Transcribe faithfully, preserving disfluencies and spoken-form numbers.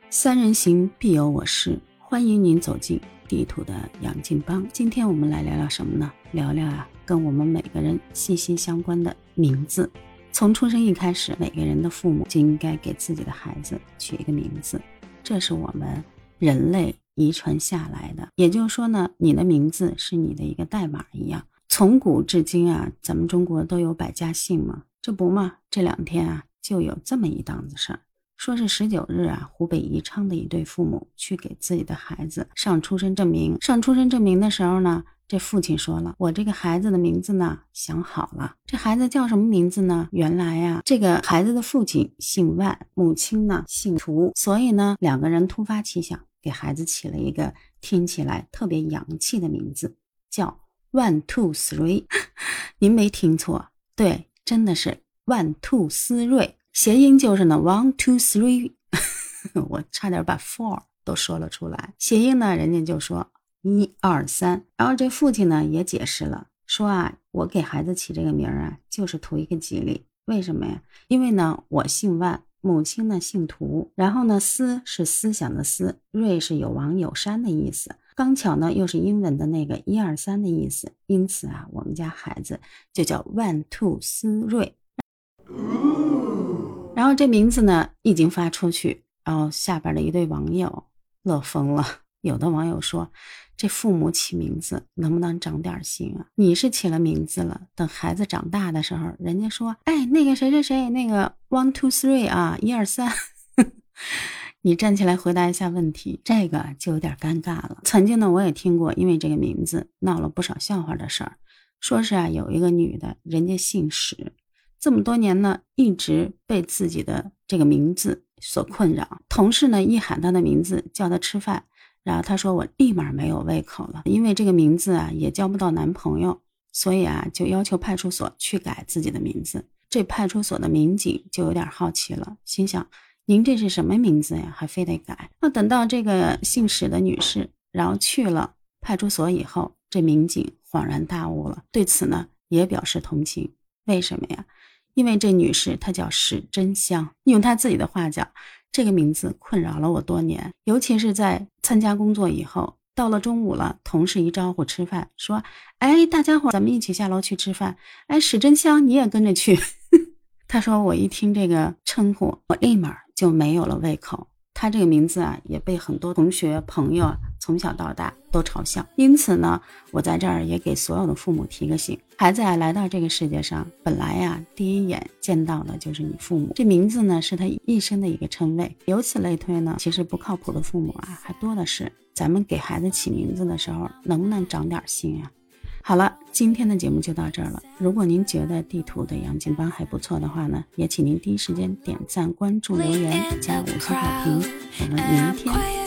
三人行必有我师，欢迎您走进地图的杨金帮。今天我们来聊聊什么呢？聊聊啊，跟我们每个人息息相关的名字。从出生一开始，每个人的父母就应该给自己的孩子取一个名字，这是我们人类遗传下来的。也就是说呢，你的名字是你的一个代码一样。从古至今啊，咱们中国都有百家姓嘛，这不嘛，这两天啊，就有这么一档子事儿。说是十九日啊，湖北宜昌的一对父母去给自己的孩子上出生证明。上出生证明的时候呢，这父亲说了，我这个孩子的名字呢想好了。这孩子叫什么名字呢？原来啊，这个孩子的父亲姓万，母亲呢姓涂，所以呢两个人突发奇想，给孩子起了一个听起来特别洋气的名字，叫 one two three。 您没听错，对，真的是 one two 思睿，谐音就是呢 one two three。 我差点把 four 都说了出来。谐音呢，人家就说一二三。然后这父亲呢也解释了，说啊，我给孩子起这个名啊，就是图一个吉利。为什么呀？因为呢我姓万，母亲呢姓涂，然后呢思是思想的思，睿是有王有山的意思，刚巧呢又是英文的那个一二三的意思，因此啊我们家孩子就叫万兔思睿。然后这名字呢一经发出去，然后下边的一对网友乐疯了。有的网友说，这父母起名字能不能长点心啊？你是起了名字了，等孩子长大的时候，人家说，哎，那个谁谁谁，那个 one two three 啊，一二三，你站起来回答一下问题，这个就有点尴尬了。曾经呢，我也听过因为这个名字闹了不少笑话的事儿，说是啊，有一个女的，人家姓史，这么多年呢，一直被自己的这个名字所困扰。同事呢一喊她的名字，叫她吃饭，然后她说我立马没有胃口了，因为这个名字啊也交不到男朋友，所以啊就要求派出所去改自己的名字。这派出所的民警就有点好奇了，心想，您这是什么名字呀，还非得改？那等到这个姓史的女士然后去了派出所以后，这民警恍然大悟了，对此呢也表示同情。为什么呀？因为这女士她叫史真香，用她自己的话讲，这个名字困扰了我多年，尤其是在参加工作以后，到了中午了，同事一招呼吃饭，说，哎，大家伙咱们一起下楼去吃饭，哎，史真香你也跟着去。他说我一听这个称呼，我立马就没有了胃口。他这个名字啊，也被很多同学朋友啊从小到大都嘲笑。因此呢，我在这儿也给所有的父母提个醒，孩子啊来到这个世界上，本来呀第一眼见到的就是你父母，这名字呢是他一生的一个称谓。由此类推呢，其实不靠谱的父母啊还多的是。咱们给孩子起名字的时候，能不能长点心啊？好了，今天的节目就到这儿了。如果您觉得地图的杨金帮还不错的话呢，也请您第一时间点赞、关注、留言、加五星好评。我们明天